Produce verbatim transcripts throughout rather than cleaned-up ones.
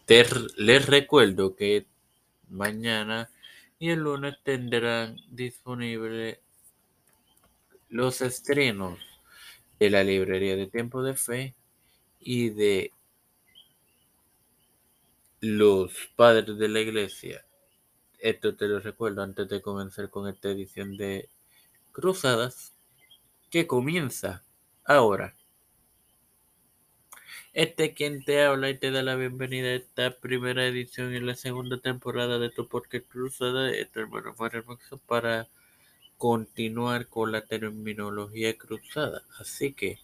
Te r- les recuerdo que mañana y el lunes tendrán disponible los estrenos de la librería de Tiempo de Fe y de los padres de la iglesia. Esto te lo recuerdo antes de comenzar con esta edición de Cruzadas, que comienza ahora. Este quien te habla y te da la bienvenida a esta primera edición en la segunda temporada de tu podcast Cruzada, este hermano Mario Hermoso, para continuar con la terminología cruzada. Así que,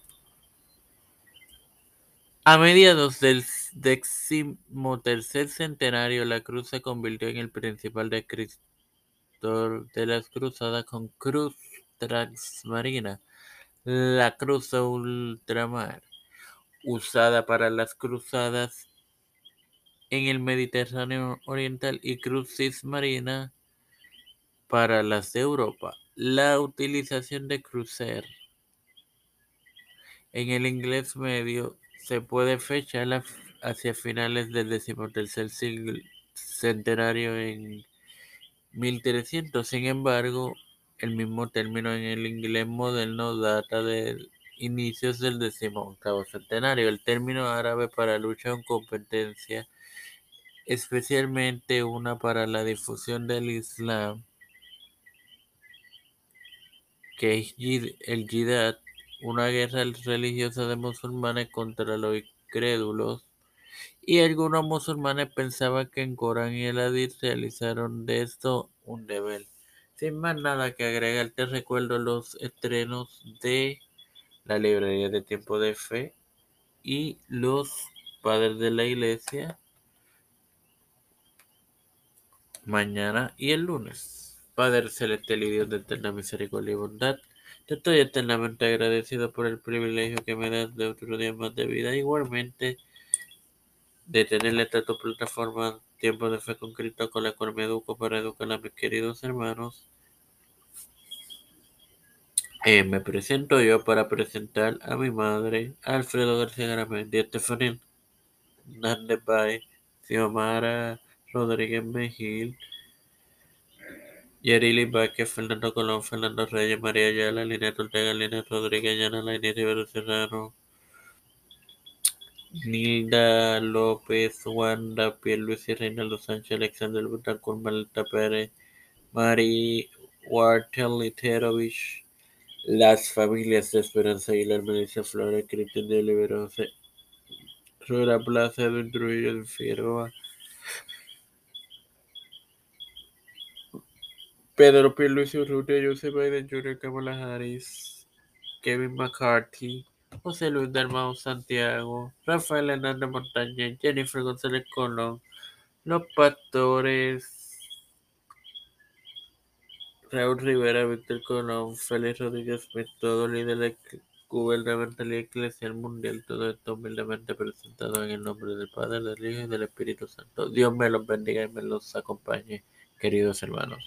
a mediados del decimotercer centenario, la cruz se convirtió en el principal descriptor de las cruzadas con cruz transmarina, la cruz de ultramar, usada para las cruzadas en el Mediterráneo oriental, y cruz cismarina para las de Europa. La utilización de crucer en el inglés medio se puede fechar hacia finales del decimotercer siglo centenario en mil trescientos. Sin embargo, el mismo término en el inglés moderno data de inicios del decimoctavo centenario. El término árabe para lucha o competencia, especialmente una para la difusión del Islam, que es el Jihad, una guerra religiosa de musulmanes contra los incrédulos, y algunos musulmanes pensaban que en Corán y el Hadith realizaron de esto un deber. Sin más nada que agregar, te recuerdo los estrenos de la librería de Tiempo de Fe y los padres de la iglesia mañana y el lunes. Padre celestial y Dios de eterna misericordia y bondad, te estoy eternamente agradecido por el privilegio que me das de otro día más de vida. Igualmente, de tener esta tu plataforma Tiempo de Fe con Cristo, con la cual me educo para educar a mis queridos hermanos. Eh, me presento yo para presentar a mi madre, Alfredo García Garamendi, Estefanía Hernández Bay, Xiomara Rodríguez Mejil, Yerili Vázquez, Fernando Colón, Fernando Reyes, María Ayala, Linet Ortega, Linet Rodríguez, Yana Lainez Rivero Serrano, Nilda López, Wanda Pierluisi, Reinaldo Sánchez, Alexander Betancourt, Malta Pérez, Mari Warteliterovich, las familias de Esperanza Aguilar, Melissa Flores, Cristian de Olivero, Rora Plaza, Edwin Trujillo de Figueroa, Pedro Pierluisi Urrutia, Joseph Biden junior, Kamala Harris, Kevin McCarthy, José Luis Dalmau Santiago, Rafael Hernández Montañez, Jennifer González Colón, Los Pastores, Raúl Rivera, Víctor Colón, Félix Rodríguez Smith, todo líder gubernamental y eclesial mundial, todo esto humildemente presentado en el nombre del Padre, del Hijo y del Espíritu Santo. Dios me los bendiga y me los acompañe, queridos hermanos.